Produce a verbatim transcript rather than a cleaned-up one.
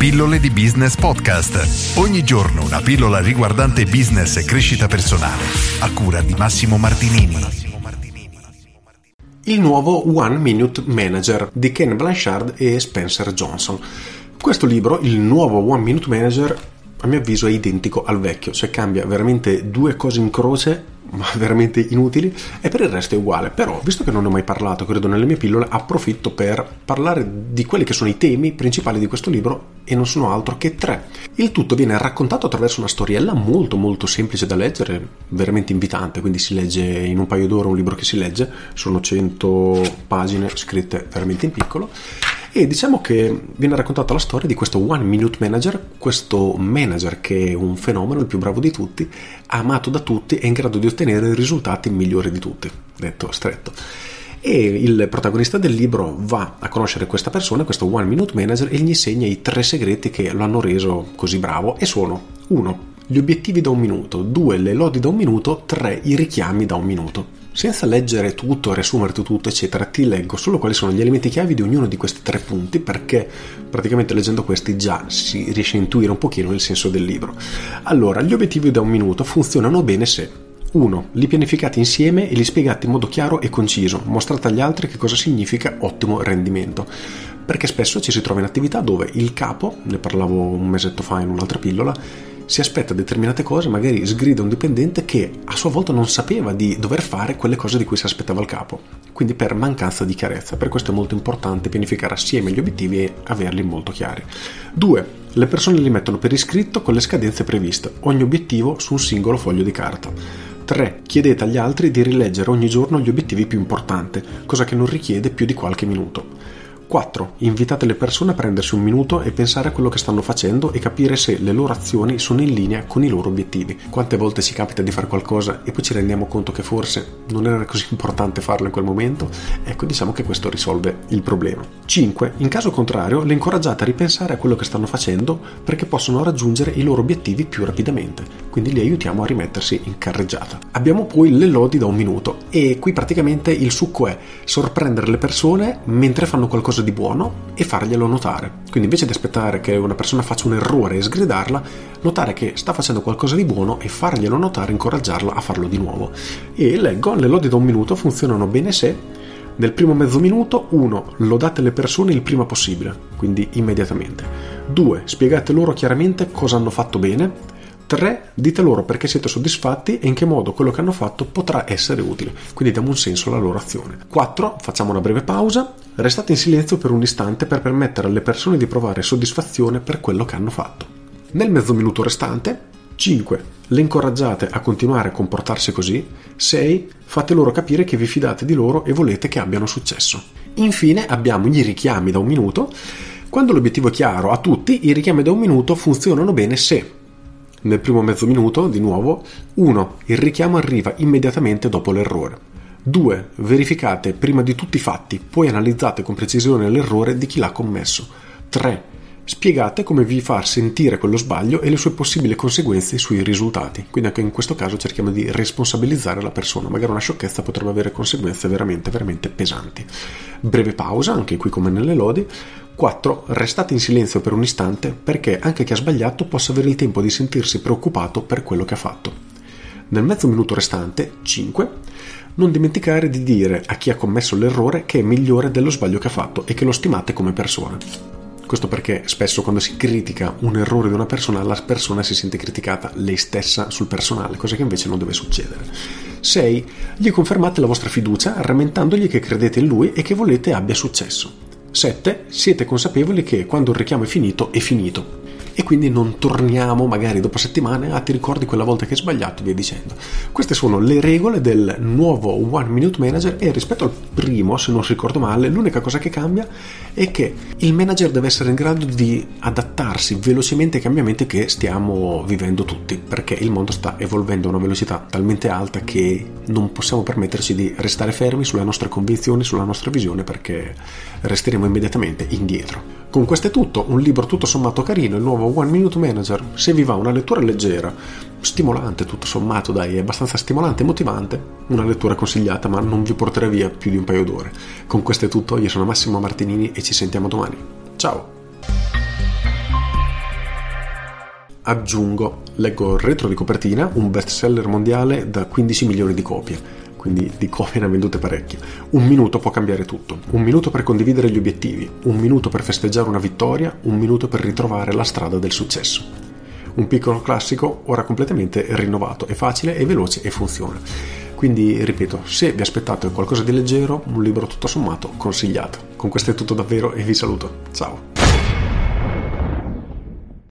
Pillole di Business Podcast. Ogni giorno una pillola riguardante business e crescita personale, a cura di Massimo Martinini. Il nuovo One Minute Manager di Ken Blanchard e Spencer Johnson. Questo libro, il nuovo One Minute Manager, a mio avviso è identico al vecchio, cioè cambia veramente due cose in croce, ma veramente inutili, e per il resto è uguale. Però, visto che non ne ho mai parlato, credo, nelle mie pillole, approfitto per parlare di quelli che sono i temi principali di questo libro, e non sono altro che tre. Il tutto viene raccontato attraverso una storiella molto molto semplice da leggere, veramente invitante, quindi si legge in un paio d'ore un libro che si legge, sono cento pagine scritte veramente in piccolo. E diciamo che viene raccontata la storia di questo One Minute Manager, questo manager che è un fenomeno, il più bravo di tutti, amato da tutti e in grado di ottenere i risultati migliori di tutti, detto stretto. E il protagonista del libro va a conoscere questa persona, questo One Minute Manager, e gli insegna i tre segreti che lo hanno reso così bravo, e sono: uno gli obiettivi da un minuto, due le lodi da un minuto, tre i richiami da un minuto. Senza leggere tutto, riassumerti tutto, eccetera, ti leggo solo quali sono gli elementi chiavi di ognuno di questi tre punti, perché praticamente leggendo questi già si riesce a intuire un pochino il senso del libro. Allora, gli obiettivi da un minuto funzionano bene se: uno li pianificate insieme e li spiegate in modo chiaro e conciso, mostrate agli altri che cosa significa ottimo rendimento, perché spesso ci si trova in attività dove il capo, ne parlavo un mesetto fa in un'altra pillola, si aspetta determinate cose, magari sgrida un dipendente che a sua volta non sapeva di dover fare quelle cose di cui si aspettava il capo, quindi per mancanza di chiarezza. Per questo è molto importante pianificare assieme gli obiettivi e averli molto chiari. Due, le persone li mettono per iscritto con le scadenze previste, ogni obiettivo su un singolo foglio di carta. tre. Chiedete agli altri di rileggere ogni giorno gli obiettivi più importanti, cosa che non richiede più di qualche minuto. quattro. Invitate le persone a prendersi un minuto e pensare a quello che stanno facendo e capire se le loro azioni sono in linea con i loro obiettivi. Quante volte ci capita di fare qualcosa e poi ci rendiamo conto che forse non era così importante farlo in quel momento? Ecco, diciamo che questo risolve il problema. cinque. In caso contrario, le incoraggiate a ripensare a quello che stanno facendo perché possono raggiungere i loro obiettivi più rapidamente. Quindi li aiutiamo a rimettersi in carreggiata. Abbiamo poi le lodi da un minuto, e qui praticamente il succo è sorprendere le persone mentre fanno qualcosa di buono e farglielo notare. Quindi invece di aspettare che una persona faccia un errore e sgridarla, notare che sta facendo qualcosa di buono e farglielo notare, incoraggiarla a farlo di nuovo. E leggo, le lodi da un minuto funzionano bene se nel primo mezzo minuto, uno, lodate le persone il prima possibile, quindi immediatamente. due. Spiegate loro chiaramente cosa hanno fatto bene. tre. Dite loro perché siete soddisfatti e in che modo quello che hanno fatto potrà essere utile, quindi diamo un senso alla loro azione. quattro. Facciamo una breve pausa, restate in silenzio per un istante per permettere alle persone di provare soddisfazione per quello che hanno fatto. Nel mezzo minuto restante, cinque. Le incoraggiate a continuare a comportarsi così. sei. Fate loro capire che vi fidate di loro e volete che abbiano successo. Infine abbiamo i richiami da un minuto. Quando l'obiettivo è chiaro a tutti, i richiami da un minuto funzionano bene se nel primo mezzo minuto, di nuovo, uno. Il richiamo arriva immediatamente dopo l'errore. due. Verificate prima di tutti i fatti, poi analizzate con precisione l'errore di chi l'ha commesso. tre. Spiegate come vi far sentire quello sbaglio e le sue possibili conseguenze sui risultati. Quindi anche in questo caso cerchiamo di responsabilizzare la persona. Magari una sciocchezza potrebbe avere conseguenze veramente, veramente pesanti. Breve pausa, anche qui come nelle lodi. quattro. Restate in silenzio per un istante perché anche chi ha sbagliato possa avere il tempo di sentirsi preoccupato per quello che ha fatto. Nel mezzo minuto restante, cinque. Non dimenticare di dire a chi ha commesso l'errore che è migliore dello sbaglio che ha fatto e che lo stimate come persona. Questo perché spesso quando si critica un errore di una persona, la persona si sente criticata lei stessa sul personale, cosa che invece non deve succedere. sei. Gli confermate la vostra fiducia rammentandogli che credete in lui e che volete abbia successo. sette. Siete consapevoli che quando il richiamo è finito, è finito. E quindi non torniamo magari dopo settimane, ah ti ricordi quella volta che hai sbagliato, e via dicendo. Queste sono le regole del nuovo One Minute Manager, e rispetto al primo, se non ricordo male, l'unica cosa che cambia è che il manager deve essere in grado di adattarsi velocemente ai cambiamenti che stiamo vivendo tutti, perché il mondo sta evolvendo a una velocità talmente alta che non possiamo permetterci di restare fermi sulle nostre convinzioni, sulla nostra visione, perché resteremo immediatamente indietro. Con questo è tutto, un libro tutto sommato carino, il nuovo One Minute Manager. Se vi va una lettura leggera, stimolante tutto sommato, dai, è abbastanza stimolante e motivante, una lettura consigliata, ma non vi porterà via più di un paio d'ore. Con questo è tutto, io sono Massimo Martinini e ci sentiamo domani. Ciao! aggiungo, leggo il retro di copertina, un bestseller mondiale da quindici milioni di copie, quindi di copie ne ha vendute parecchie. Un minuto può cambiare tutto, un minuto per condividere gli obiettivi, un minuto per festeggiare una vittoria, un minuto per ritrovare la strada del successo. Un piccolo classico ora completamente rinnovato, è facile, è veloce e funziona. Quindi ripeto, se vi aspettate qualcosa di leggero, un libro tutto sommato consigliato. Con questo è tutto davvero e vi saluto, ciao!